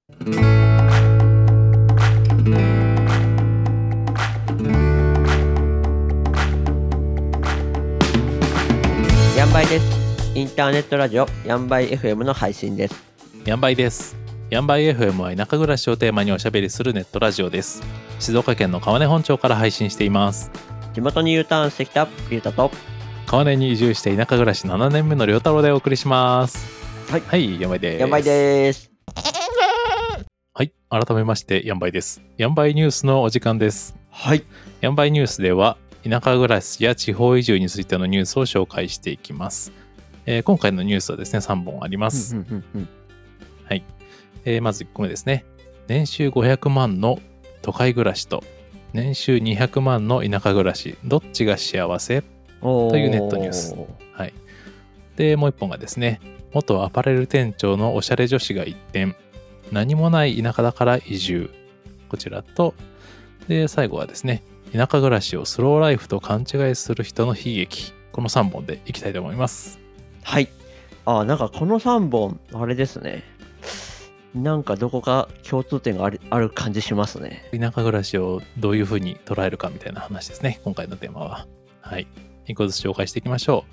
ヤンバイです。インターネットラジオヤンバイ FM の配信です。 ヤンバイです。ヤンバイ FM は田舎暮らしをテーマにおしゃべりするネットラジオです。静岡県の川根本町から配信しています。 地元に U ターンしてきたゆうたと川根に移住して田舎暮らし7年目のりょうたろうでお送りします。 はい、 はい、ヤンバイです。 ヤンバイです。 はい、改めましてヤンバイです。ヤンバイニュースのお時間です。 はい、 ヤンバイニュースでは田舎暮らしや地方移住についてのニュースを紹介していきます。今回のニュースはですね3本あります。はい、まず1個目ですね。年収500万の都会暮らしと年収200万の田舎暮らし、どっちが幸せというネットニュース。はい。で、もう1本がですね、元アパレル店長のおしゃれ女子が一転、何もない田舎だから移住。こちらと、で、最後はですね、田舎暮らしをスローライフと勘違いする人の悲劇。この3本でいきたいと思います。 はい。なんかこの3本、あれですね。なんかどこか共通点がある感じしますね。 田舎暮らしをどういうふうに捉えるかみたいな話ですね。今回のテーマは。はい。一個ずつ紹介していきましょ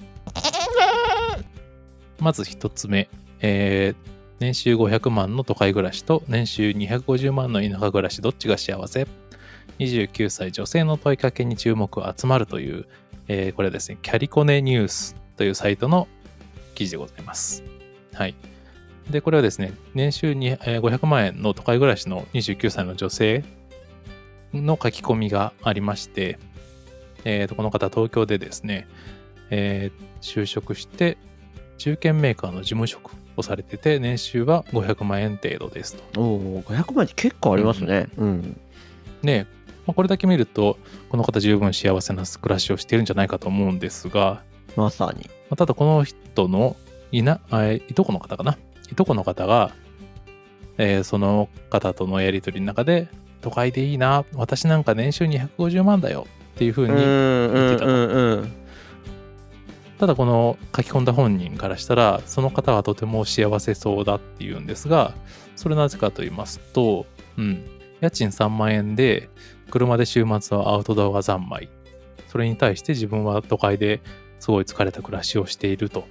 う。まず1つ目。年収500万の都会暮らしと年収250万の田舎暮らしどっちが幸せ ?29 歳女性の問いかけに注目集まるという、これはですね、キャリコネニュースというサイトの記事でございます。はい。で、これはですね、年収に500万円の都会暮らしの29歳の女性の書き込みがありまして、この方は東京でですね、就職して中堅メーカーの事務職をされてて、年収は500万円程度ですと。 500万って結構ありますね。 ね、これだけ見ると、この方十分幸せな暮らしをしているんじゃないかと思うんですが、 まさに。 ただこの人のいとこの方かな。いとこの方が、その方とのやり取りの中で、都会でいいな、私なんか年収250万だよっていう風に言ってたと。ただこの書き込んだ本人からしたら、その方はとても幸せそうだっていうんですが、それなぜかと言いますと、家賃3万円で、車で週末はアウトドア三昧。それに対して自分は都会ですごい疲れた暮らしをしていると。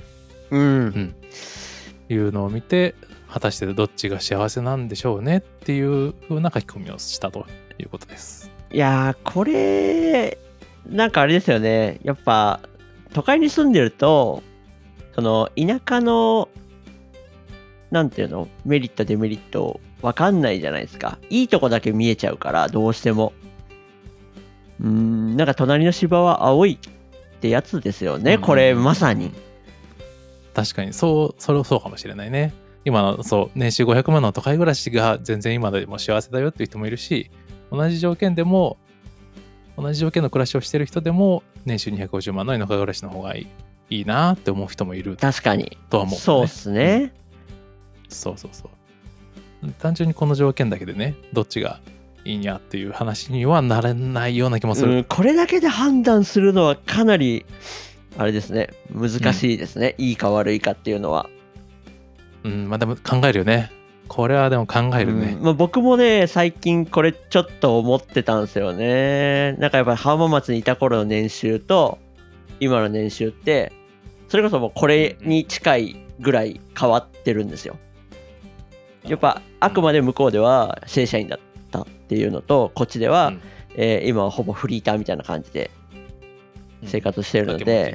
いうのを見て、果たしてどっちが幸せなんでしょうねっていう風な書き込みをしたということです。 いやー、これなんかあれですよね。やっぱ都会に住んでると、その田舎のなんていうの、メリットデメリットわかんないじゃないですか。いいとこだけ見えちゃうからどうしても。なんか隣の芝は青いってやつですよね。これまさに。 確かにそうかもしれないね。今の年収500万の都会暮らしが全然今でも幸せだよっていう人もいるし、同じ条件の暮らしをしてる人でも年収250万の田舎暮らしの方がいいなって思う人もいる。 確かに。 とは思う、ね。 そうっすね。 そう。単純にこの条件だけでね、どっちがいいんやっていう話にはなれないような気もする。 これだけで判断するのはかなりあれですね、難しいですね。いいか悪いかっていうのは。 でも考えるよね。これはでも考えるね。 僕もね、最近これちょっと思ってたんですよね。なんかやっぱり浜松にいた頃の年収と今の年収って、それこそもうこれに近いぐらい変わってるんですよ。やっぱあくまで向こうでは正社員だったっていうのと、こっちでは、今はほぼフリーターみたいな感じで生活してるので、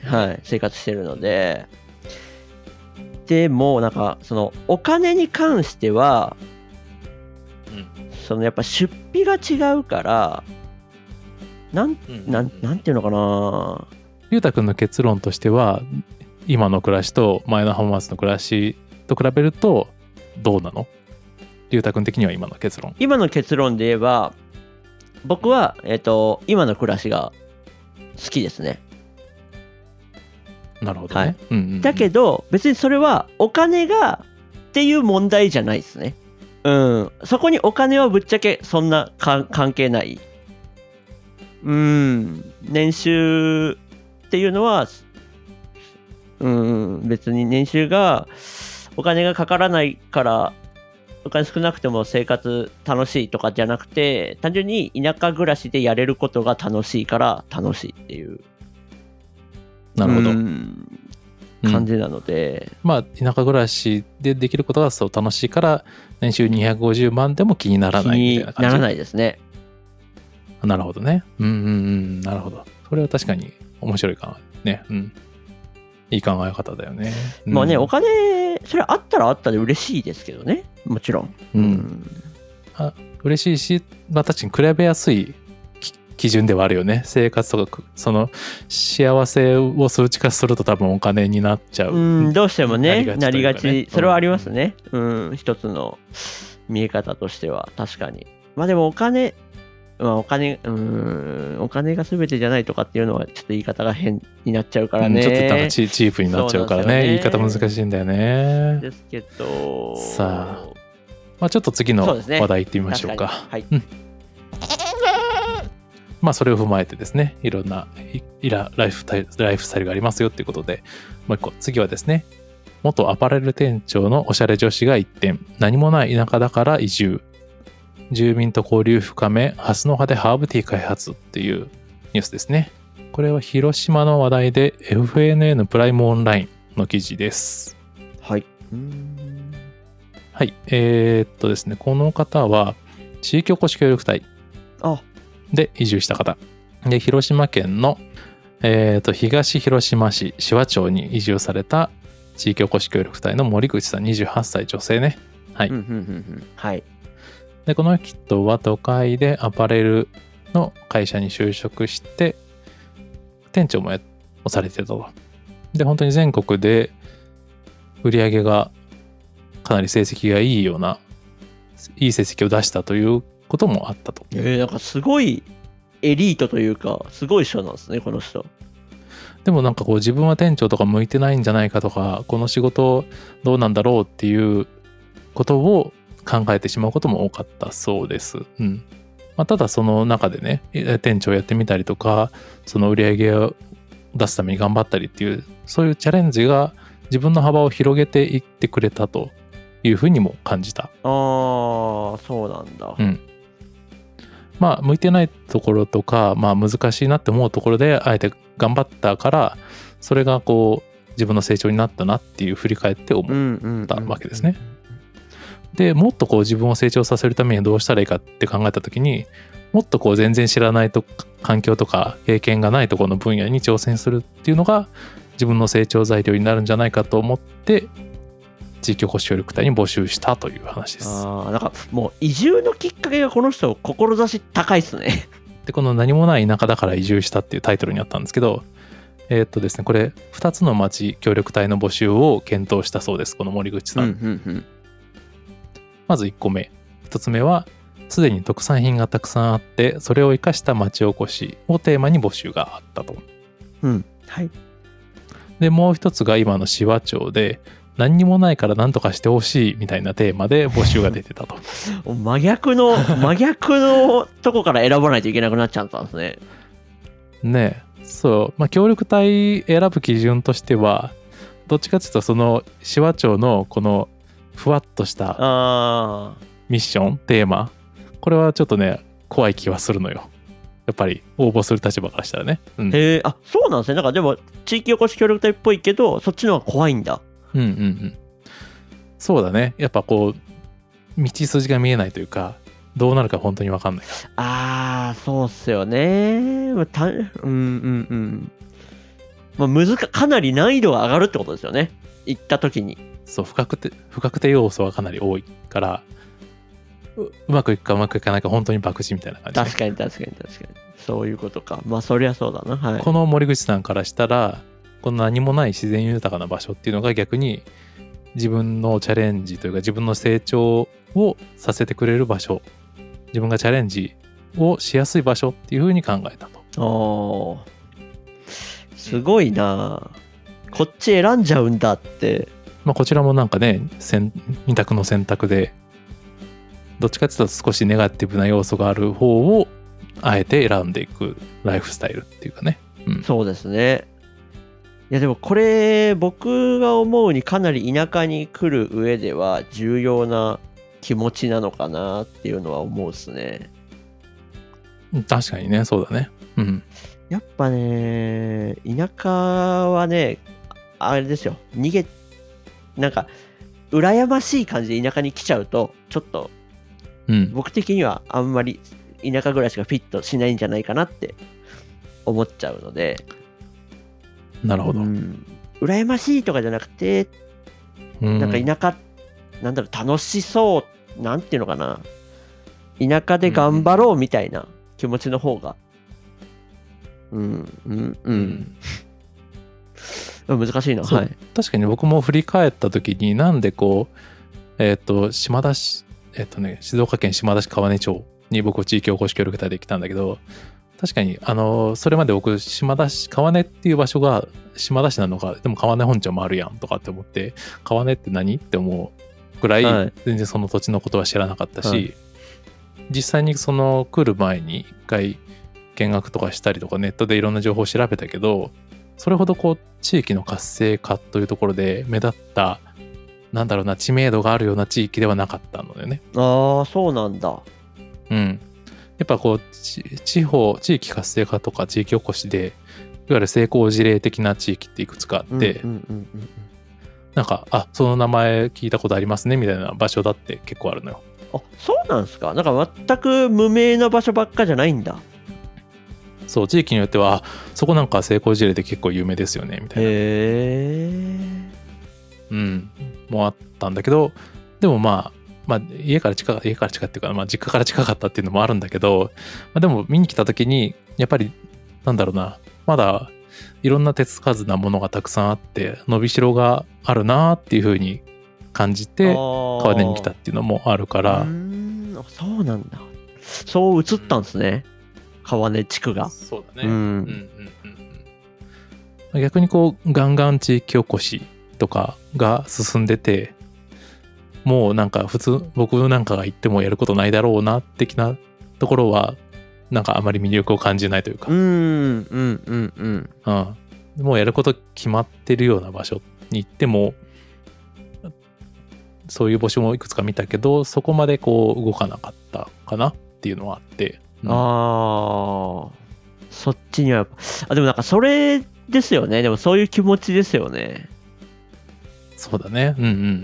でもなんかそのお金に関しては、そのやっぱ出費が違うからなんていうのかな。 ゆうたくんの結論としては、今の暮らしと前の浜松の暮らしと比べるとどうなの？ゆうたくん的には今の結論で言えば、僕は今の暮らしが好きですね。 なるほどね。 だけど別にそれはお金がっていう問題じゃないですね。そこにお金はぶっちゃけそんな関係ない。年収っていうのは別に年収がお金がかからないからお金少なくても生活楽しいとかじゃなくて、単純に田舎暮らしでやれることが楽しいから楽しいっていうなるほど。 感じなので、 まあ田舎暮らしでできることがそう楽しいから年収250万でも気にならないみたいな感じ。 気にならないですね。 なるほどね。なるほど。それは確かに面白いかね。いい考え方だよね。 まあね、お金それあったらあったで嬉しいですけどね、もちろん。 嬉しいし、まあ確かに比べやすい基準ではあるよね。生活とかその幸せを数値化すると多分お金になっちゃう。 どうしてもね、なりがち。それはありますね。一つの見え方としては確かに。まあでもお金が全てじゃないとかっていうのはちょっと言い方が変になっちゃうからね。 ちょっとなんかチープになっちゃうからね。言い方難しいんだよね。 ですけど。 さあ、まあちょっと次の話題いってみましょうか。はい。まあそれを踏まえてですね、いろんなライフスタイルがありますよっていうことで、もう一個、次はですね、元アパレル店長のおしゃれ女子が一転、何もない田舎だから移住。住民と交流深め、ハスの葉でハーブティー開発っていうニュースですね。これは広島の話題で FNN プライムオンラインの記事です。 はい。 はい。ですね、この方は地域おこし協力隊で移住した方。で、広島県の、東広島市紫波町に移住された地域おこし協力隊の森口さん、28歳女性ね。はい。 はい。 で、この人は都会でアパレルの会社に就職して店長もされてたと。で、本当に全国で売り上げがかなり成績がいいようないい成績を出したということもあったと。 なんかすごいエリートというかすごい人なんですね、この人。 でもなんかこう自分は店長とか向いてないんじゃないかとか、この仕事どうなんだろうっていうことを考えてしまうことも多かったそうです。ただその中でね、店長やってみたりとか、その売り上げを出すために頑張ったりっていう、そういうチャレンジが自分の幅を広げていってくれたというふうにも感じた。 そうなんだ。 まあ向いてないところとか、まあ難しいなって思うところであえて頑張ったから、それがこう自分の成長になったなっていう振り返って思ったわけですね。で、もっとこう自分を成長させるためにどうしたらいいかって考えた時に、もっとこう全然知らない環境とか経験がないところの分野に挑戦するっていうのが自分の成長材料になるんじゃないかと思って地域おこし協力隊に募集したという話です。 なんかもう移住のきっかけがこの人志高いっすね。 で、この何もない田舎だから移住したっていうタイトルにあったんですけど、ですね、これ2つの町協力隊の募集を検討したそうです、この森口さん。まず1個目。1つ目は、すでに特産品がたくさんあって、それを生かした町おこしをテーマに募集があったと。 はい。 で、もう一つが今の紫波町で、何にもないから何とかしてほしいみたいなテーマで募集が出てたと。 真逆のとこから選ばないといけなくなっちゃったんですね。 ねえ。そう。まあ、協力隊選ぶ基準としては、どっちかっていうと、その紫波町のこのふわっとしたミッションテーマ、これはちょっとね怖い気はするのよ、やっぱり応募する立場からしたらね。 そうなんですね。なんかでも地域おこし協力隊っぽいけどそっちの方が怖いんだ。 そうだね。やっぱこう道筋が見えないというか、どうなるか本当に分かんないから。 そうっすよね。かなり難易度が上がるってことですよね、行った時に。 そう、不確定要素はかなり多いから、うまくいくかうまくいかないか本当に博打みたいな感じ。 確かにそういうことか。まあそりゃそうだな。はい。 この森口さんからしたら、この何もない自然豊かな場所っていうのが逆に自分のチャレンジというか自分の成長をさせてくれる場所、自分がチャレンジをしやすい場所っていうふうに考えたと。 すごいな。こっち選んじゃうんだって。 まあこちらもなんかね、二択の選択で、どっちかっていうと少しネガティブな要素がある方をあえて選んでいくライフスタイルっていうかね。 そうですね。いやでもこれ僕が思うにかなり田舎に来る上では重要な気持ちなのかなっていうのは思うっすね。 確かにね、そうだね。うん。 やっぱね、田舎はね、あれですよ、なんか、羨ましい感じで田舎に来ちゃうと、ちょっと、僕的にはあんまり田舎暮らしがフィットしないんじゃないかなって思っちゃうので。 なるほど。 羨ましいとかじゃなくて、なんか田舎、なんだろう、楽しそう、なんていうのかな。田舎で頑張ろうみたいな気持ちの方が、難しいな。はい。 確かに僕も振り返った時に、なんでこう、静岡県島田市川根町に僕地域おこし協力隊で来たんだけど、確かにそれまで僕島田市川根っていう場所が島田市なのか、でも川根本町もあるやんとかって思って、川根って何って思うぐらい全然その土地のことは知らなかったし、実際にその来る前に一回見学とかしたりとかネットでいろんな情報を調べたけど、それほどこう地域の活性化というところで目立ったなんだろうな、知名度があるような地域ではなかったのでね。 ああ、そうなんだ。 やっぱこう地域活性化とか地域おこしでいわゆる成功事例的な地域っていくつかあって、なんかその名前聞いたことありますねみたいな場所だって結構あるのよ。 あ、そうなんですか。なんか全く無名な場所ばっかじゃないんだ。 そう、地域によってはそこなんか成功事例で結構有名ですよねみたいな。もあったんだけど、でもまあ家から近っていうか、実家から近かったっていうのもあるんだけど、でも見に来た時にやっぱりなんだろうな、まだいろんな手つかずなものがたくさんあって伸びしろがあるなっていう風に感じて川根に来たっていうのもあるから。 そうなんだ。そう映ったんですね、川根地区が。 そうだね。逆にこうガンガン地域おこしとかが進んでて、もうなんか普通僕なんかが言ってもやることないだろうな的なところはなんかあまり魅力を感じないというか、もうやること決まってるような場所に行っても、そういう募集もいくつか見たけどそこまでこう動かなかったかなっていうのはあって、 そっちにはでもなんかそれですよね。でもそういう気持ちですよね。 そうだね。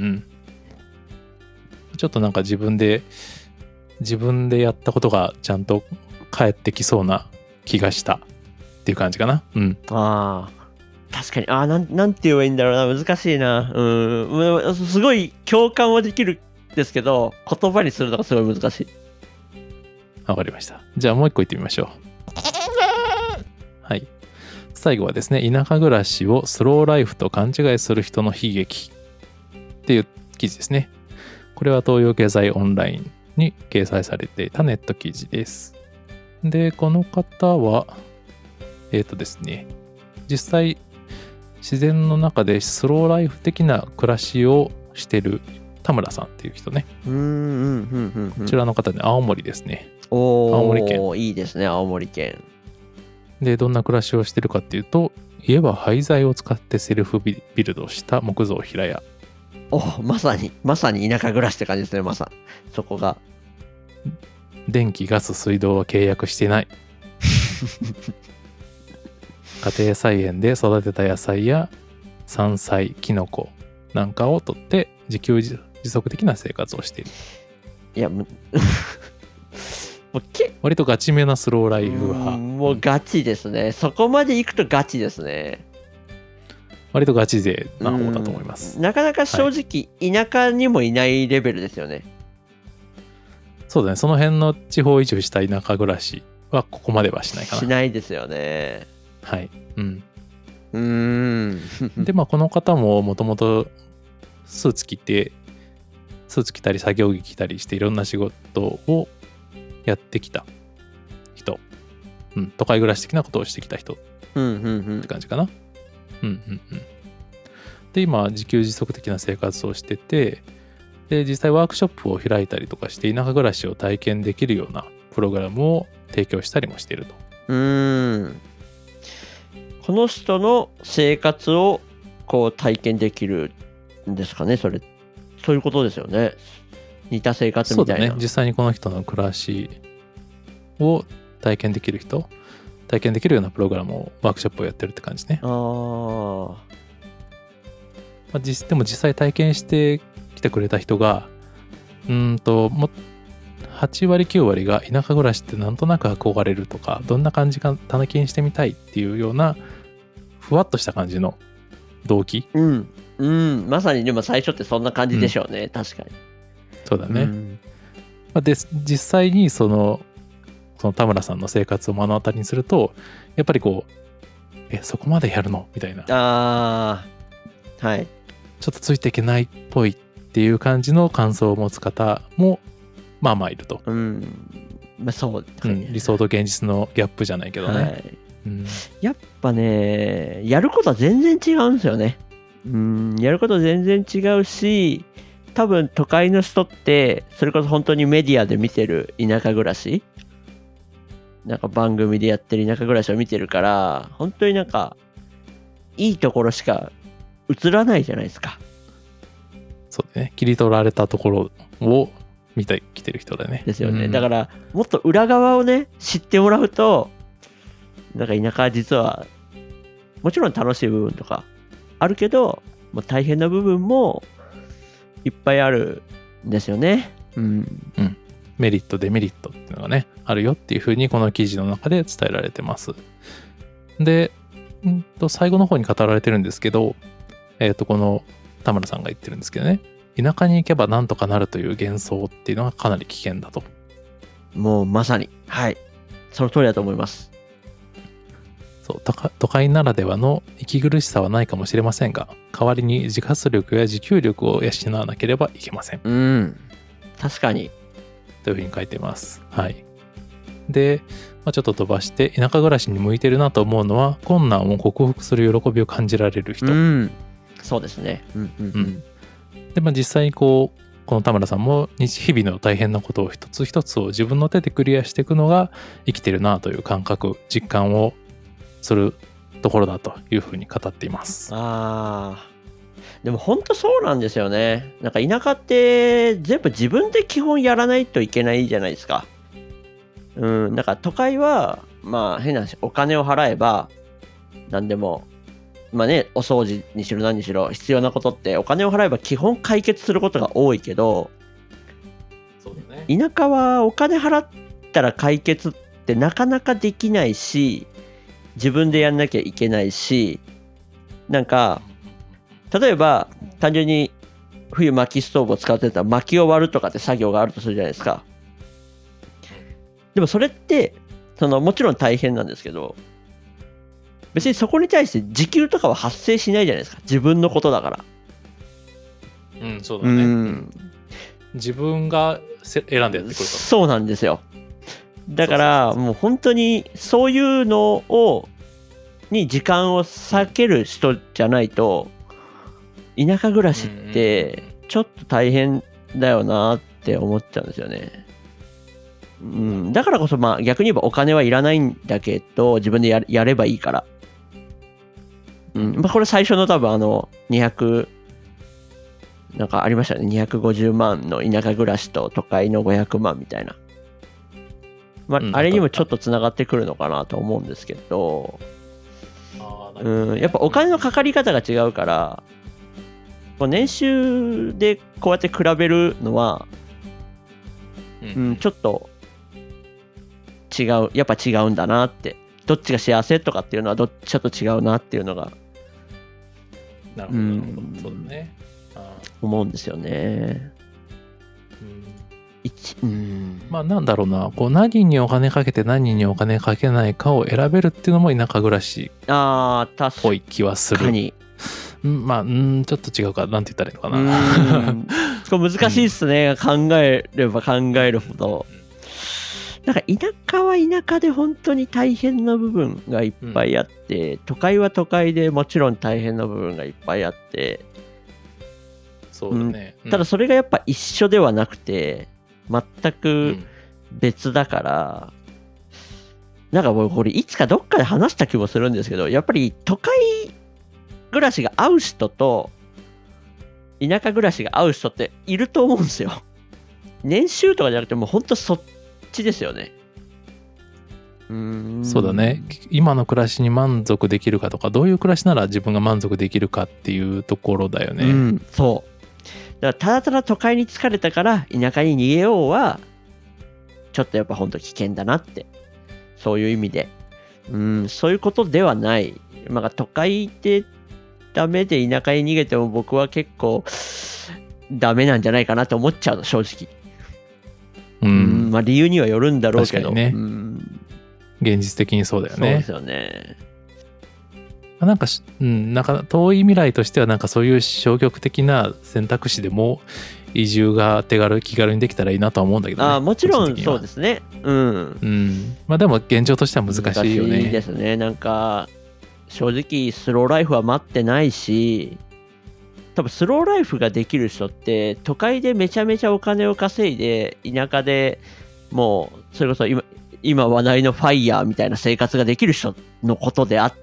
ちょっとなんか自分でやったことがちゃんと返ってきそうな気がしたっていう感じかな。 確かに。なんて言えばいいんだろうな。難しいな。すごい共感はできるんですけど、言葉にするのがすごい難しい。 わかりました。じゃあもう一個言ってみましょう。はい。最後はですね、田舎暮らしをスローライフと勘違いする人の悲劇っていう記事ですね。これは東洋経済オンラインに掲載されていたネット記事です。で、この方は、ですね、実際自然の中でスローライフ的な暮らしをしてる田村さんっていう人ね。こちらの方で青森ですね。青森県。 いいですね、青森県。 で、どんな暮らしをしてるかっていうと、家は廃材を使ってセルフビルドした木造平屋。 まさに田舎暮らしって感じですね。そこが。 電気ガス水道は契約してない。家庭菜園で育てた野菜や山菜キノコなんかを取って自給自足的な生活をしている。 いや割とガチめなスローライフ派。 もうガチですね。そこまで行くとガチですね。 割とガチ勢な方だと思います。 なかなか正直、田舎にもいないレベルですよね。 そうだね。その辺の地方移住した田舎暮らしはここまではしないかな。 しないですよね。 はい。で、この方ももともとスーツ着たり作業着着たりしていろんな仕事をやってきた人、都会暮らし的なことをしてきた人って感じかな。で、今自給自足的な生活をしてて、で実際ワークショップを開いたりとかして田舎暮らしを体験できるようなプログラムを提供したりもしていると。 この人の生活をこう体験できるんですかね。そういうことですよね。 似た生活みたいな。 そうだね。実際にこの人の暮らしを体験できるようなプログラムをワークショップをやってるって感じね。 ああ。 でも実際体験してきてくれた人がも8割9割が田舎暮らしってなんとなく憧れるとか、どんな感じか体験してみたいっていうようなふわっとした感じの動機。 まさにでも最初ってそんな感じでしょうね、確かに。 そうだね。で実際にその田村さんの生活を目の当たりにすると、やっぱりこうそこまでやるのみたいな、 はい、 ちょっとついていけないっぽいっていう感じの感想を持つ方もまあまあいると。 そうですね、 理想と現実のギャップじゃないけどね、はい、 やっぱね、やることは全然違うんですよね。やること全然違うし、多分都会の人ってそれこそ本当にメディアで見てる田舎暮らし、なんか番組でやってる田舎暮らしを見てるから、本当になんかいいところしか映らないじゃないですか。 そうだね。切り取られたところを見てきてる人だね。 ですよね。だからもっと裏側をね知ってもらうと、なんか田舎実はもちろん楽しい部分とかあるけど、もう大変な部分もいっぱいあるんですよね。 メリットデメリットっていうのがねあるよっていうふうにこの記事の中で伝えられてます。で、最後の方に語られてるんですけど、この田村さんが言ってるんですけどね、田舎に行けばなんとかなるという幻想っていうのがかなり危険だと。 もうまさに、はい、その通りだと思います。 そう都会ならではの息苦しさはないかもしれませんが、代わりに自活力や持久力を養わなければいけません。 確かにというふうに書いてます。はい。で、ちょっと飛ばして田舎暮らしに向いてるなと思うのは、困難を克服する喜びを感じられる人。 そうですね。 で、実際にこの田村さんも日々の大変なことを一つ一つを自分の手でクリアしていくのが生きてるなという感覚、実感をするところだというふうに語っています。 でも本当そうなんですよね。なんか田舎って全部自分で基本やらないといけないじゃないですか。なんか都会はまあ変な話、お金を払えば何でも、まあね、お掃除にしろ何にしろ必要なことってお金を払えば基本解決することが多いけど、 そうだね、 田舎はお金払ったら解決ってなかなかできないし、自分でやんなきゃいけないし、なんか例えば単純に冬薪ストーブを使ってたら薪を割るとかって作業があるとするじゃないですか。でもそれってもちろん大変なんですけど、別にそこに対して時給とかは発生しないじゃないですか。自分のことだから。 そうだね。自分が選んでやってくると。 そうなんですよ。だからもう本当にそういうのに時間を割ける人じゃないと、田舎暮らしってちょっと大変だよなって思っちゃうんですよね。だからこそ逆に言えばお金はいらないんだけど、自分でやればいいから。これ最初の多分200なんかありましたね。250万の田舎暮らしと都会の500万みたいな。あれにもちょっとつながってくるのかなと思うんですけど、やっぱお金のかかり方が違うから、年収でこうやって比べるのは、ちょっと違う、やっぱ違うんだなって、どっちが幸せとかっていうのはちょっと違うなっていうのが、 なるほど、そうだね、 思うんですよね。 なんだろうな、何にお金かけて何にお金かけないかを選べるっていうのも田舎暮らしっぽい気はする。 確かに。 ちょっと違うか、なんて言ったらいいのかな。 これ難しいっすね、考えれば考えるほど。なんか田舎は田舎で本当に大変な部分がいっぱいあって、都会は都会でもちろん大変な部分がいっぱいあって、 そうだね。 ただそれがやっぱ一緒ではなくて、全く別だから、なんかもうこれいつかどっかで話した気もするんですけど、やっぱり都会暮らしが合う人と田舎暮らしが合う人っていると思うんですよ。 年収とかじゃなくてもうほんとそっちですよね。 そうだね。今の暮らしに満足できるかとか、どういう暮らしなら自分が満足できるかっていうところだよね。 そうだからただただ都会に疲れたから田舎に逃げようはちょっとやっぱほんと危険だなって、そういう意味でそういうことではない。まあ都会でダメで田舎に逃げても僕は結構ダメなんじゃないかなと思っちゃうの、正直。まあ理由にはよるんだろうけどね。現実的にそうだよね。 そうですよね。 なんか遠い未来としてはなんかそういう消極的な選択肢でも移住が気軽にできたらいいなとは思うんだけどね。 もちろんそうですね。 まあでも現状としては難しいよね。 難しいですね。なんか正直スローライフは待ってないし、多分スローライフができる人って都会でめちゃめちゃお金を稼いで田舎でもうそれこそ今話題のファイヤーみたいな生活ができる人のことであって、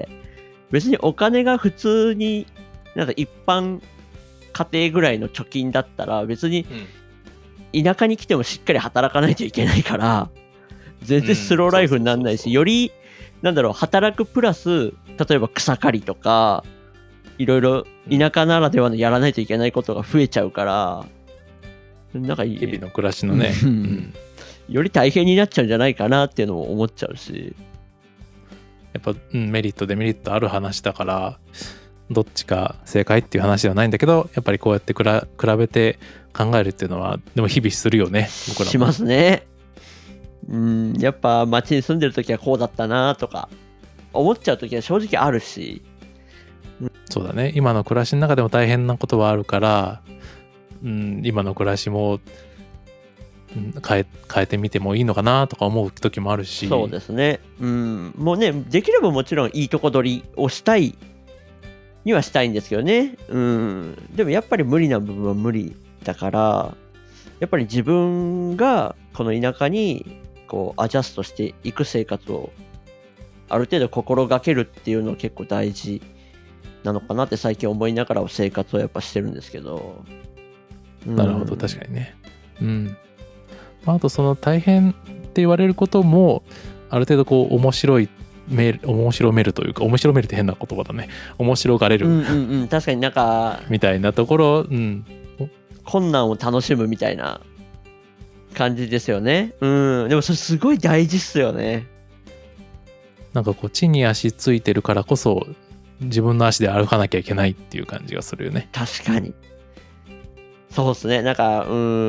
別にお金が普通になんか一般家庭ぐらいの貯金だったら別に田舎に来てもしっかり働かないといけないから全然スローライフにならないし、より働くプラス例えば草刈りとかいろいろ田舎ならではのやらないといけないことが増えちゃうから、なんか日々の暮らしのね、 より大変になっちゃうんじゃないかなっていうのも思っちゃうし、 やっぱ、メリットデメリットある話だからどっちか正解っていう話ではないんだけど、やっぱりこうやって比べて考えるっていうのはでも日々するよね、僕らも。 しますね。やっぱ街に住んでる時はこうだったなとか思っちゃう時は正直あるし、 そうだね。今の暮らしの中でも大変なことはあるから、今の暮らしも変えてみてもいいのかなとか思う時もあるし。 そうですね。もうね、できればもちろんいいとこ取りをしたいにはしたいんですけどね。でもやっぱり無理な部分は無理だから、やっぱり自分がこの田舎にこうアジャストしていく生活をある程度心がけるっていうのは結構大事なのかなって最近思いながら生活をやっぱしてるんですけど。 なるほど、確かにね。あとその大変って言われることもある程度こう面白めるというか、面白めるって変な言葉だね。面白がれる、 確かになんかみたいなところ、 困難を楽しむみたいな感じですよね。でもそれすごい大事っすよね。 なんかこう地に足ついてるからこそ自分の足で歩かなきゃいけないっていう感じがするよね。 確かにそうですね。なんか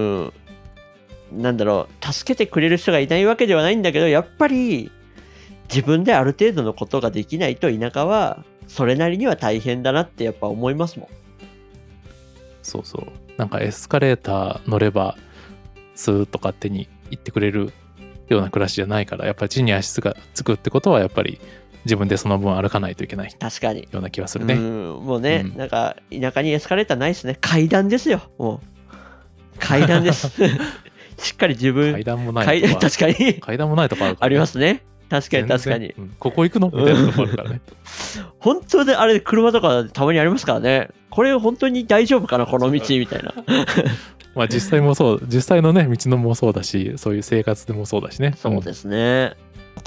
助けてくれる人がいないわけではないんだけど、やっぱり自分である程度のことができないと田舎はそれなりには大変だなってやっぱ思いますもん。 そうそう。なんかエスカレーター乗ればスーッと勝手に行ってくれるような暮らしじゃないから、やっぱり地に足がつくってことはやっぱり自分でその分歩かないといけない。 確かに。 ような気がするね。 もうね、なんか田舎にエスカレーターないですね。階段ですよ。もう階段です。しっかり自分。 階段もないとか。 確かに。 階段もないとかあるから、 ありますね。確かに確かに。 ここ行くのみたいなとこあるからね。 本当であれ車とかたまにありますからね。これ本当に大丈夫かなこの道みたいな。 まあ実際もそう、実際のね道のもそうだし、そういう生活でもそうだしね。 そうですね。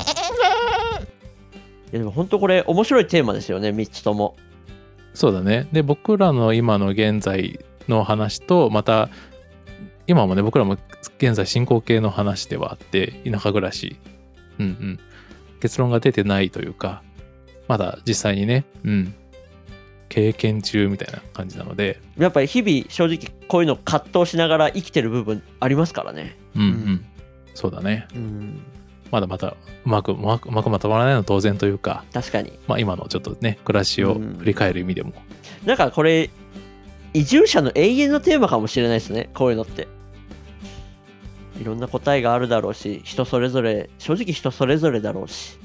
いやでも本当これ面白いテーマですよね、3つとも。 そうだね。で僕らの今の現在の話と、また今もね僕らも現在進行形の話ではあって、田舎暮らし、結論が出てないというか、まだ実際にね、経験中みたいな感じなので、 やっぱり日々正直こういうの葛藤しながら生きてる部分ありますからね。 そうだね。まだまだうまくまとまらないの当然というか、 確かに。 まあ今のちょっとね暮らしを振り返る意味でも、 なんかこれ移住者の永遠のテーマかもしれないですね、こういうのって。いろんな答えがあるだろうし、人それぞれ、正直人それぞれだろうし。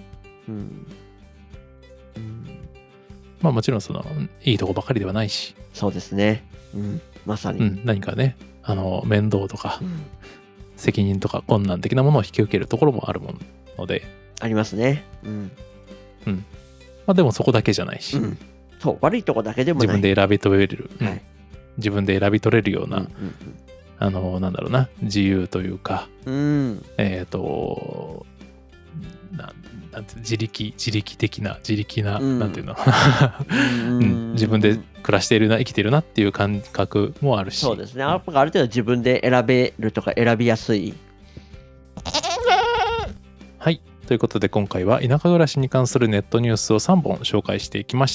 まあもちろんそのいいとこばかりではないし。 そうですね。まさに。 何かね、面倒とか、責任とか困難的なものを引き受けるところもあるもので。 ありますね。 まあでもそこだけじゃないし。 そう、悪いとこだけでもない。 自分で選び取れる。自分で選び取れるような、 なんだろうな、自由というか、 うんなんて自力的な、なんていうの、自分で暮らしているな、生きているなっていう感覚もあるし。 そうですね。ある程度自分で選べるとか選びやすい。 はい。ということで今回は田舎暮らしに関するネットニュースを3本紹介していきました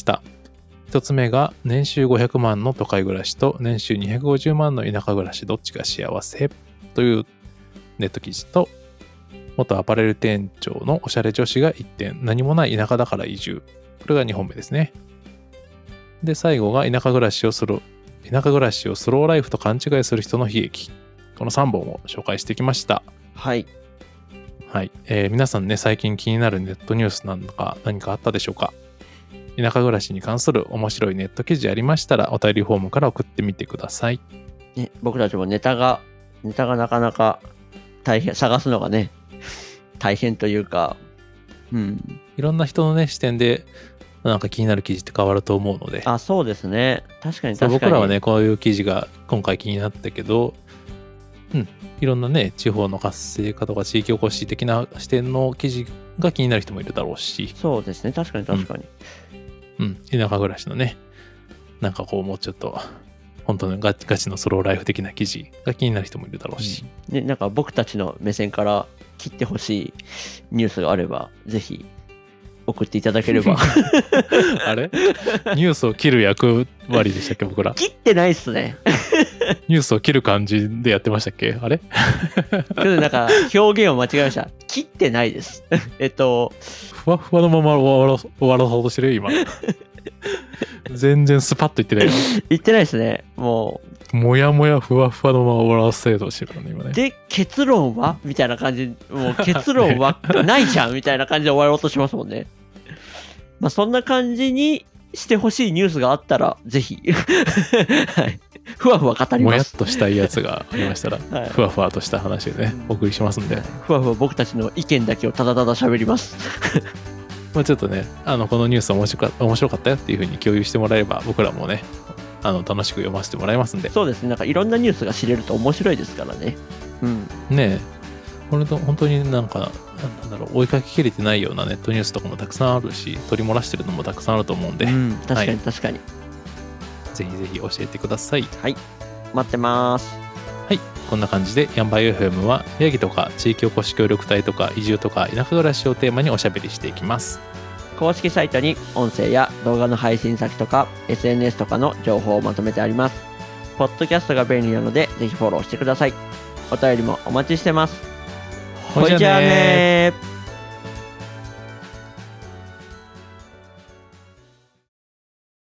。1つ目が年収500万の都会暮らしと年収250万の田舎暮らしどっちが幸せというネット記事と、元アパレル店長のおしゃれ女子が一転何もない田舎だから移住。これが2本目ですね。で、最後が田舎暮らしをスローライフと勘違いする人の悲劇。この3本を紹介してきました。 はい。 はい。皆さんね、最近気になるネットニュースなんか何かあったでしょうか？田舎暮らしに関する面白いネット記事ありましたらお便りフォームから送ってみてください。 ね、僕たちもネタがなかなか大変、探すのがね、大変というか、 いろんな人のね、視点でなんか気になる記事って変わると思うので。 あ、そうですね。確かに僕らはね、こういう記事が今回気になったけど、いろんなね、地方の活性化とか地域おこし的な視点の記事が気になる人もいるだろうし。 そうですね。確かに。 田舎暮らしのね、なんかこうもうちょっと本当のガチのソロライフ的な記事が気になる人もいるだろうし、 でなんか僕たちの目線から切ってほしいニュースがあればぜひ送っていただければあれニュースを切る役割でしたっけ？僕ら切ってないっすねニュースを切る感じでやってましたっけ？あれちょっとなんか表現を間違えました。切ってないですふわふわのまま終わらそうとしてる今全然スパッと言ってないよ言ってないですね。もやもやふわふわのまま終わらせようとしてるからね今ね。 で結論はみたいな感じ、もう結論はないじゃんみたいな感じで終わろうとしますもんね。まあそんな感じにしてほしいニュースがあったらぜひはいふわふわ語ります。 もやっとしたいやつがありましたら、はい、ふわふわとした話でねお送りしますんで、 ふわふわ僕たちの意見だけをただただ喋りますまあちょっとねこのニュース面白かったよっていう風に共有してもらえれば僕らもね楽しく読ませてもらいますんで。 そうですね。なんかいろんなニュースが知れると面白いですからね。 ねえこれと本当になんかなんだろう追いかけきれてないようなネットニュースとかもたくさんあるし取り漏らしてるのもたくさんあると思うんで、 確かに確かに、 ぜひぜひ教えてください。 はい、待ってます。 はい、こんな感じでヤンバイ FM は宮城とか地域おこし協力隊とか移住とか田舎暮らしをテーマにおしゃべりしていきます。 公式サイトに音声や動画の配信先とか SNS とかの情報をまとめてあります。ポッドキャストが便利なのでぜひフォローしてください。お便りもお待ちしてます。ほいじゃあねー。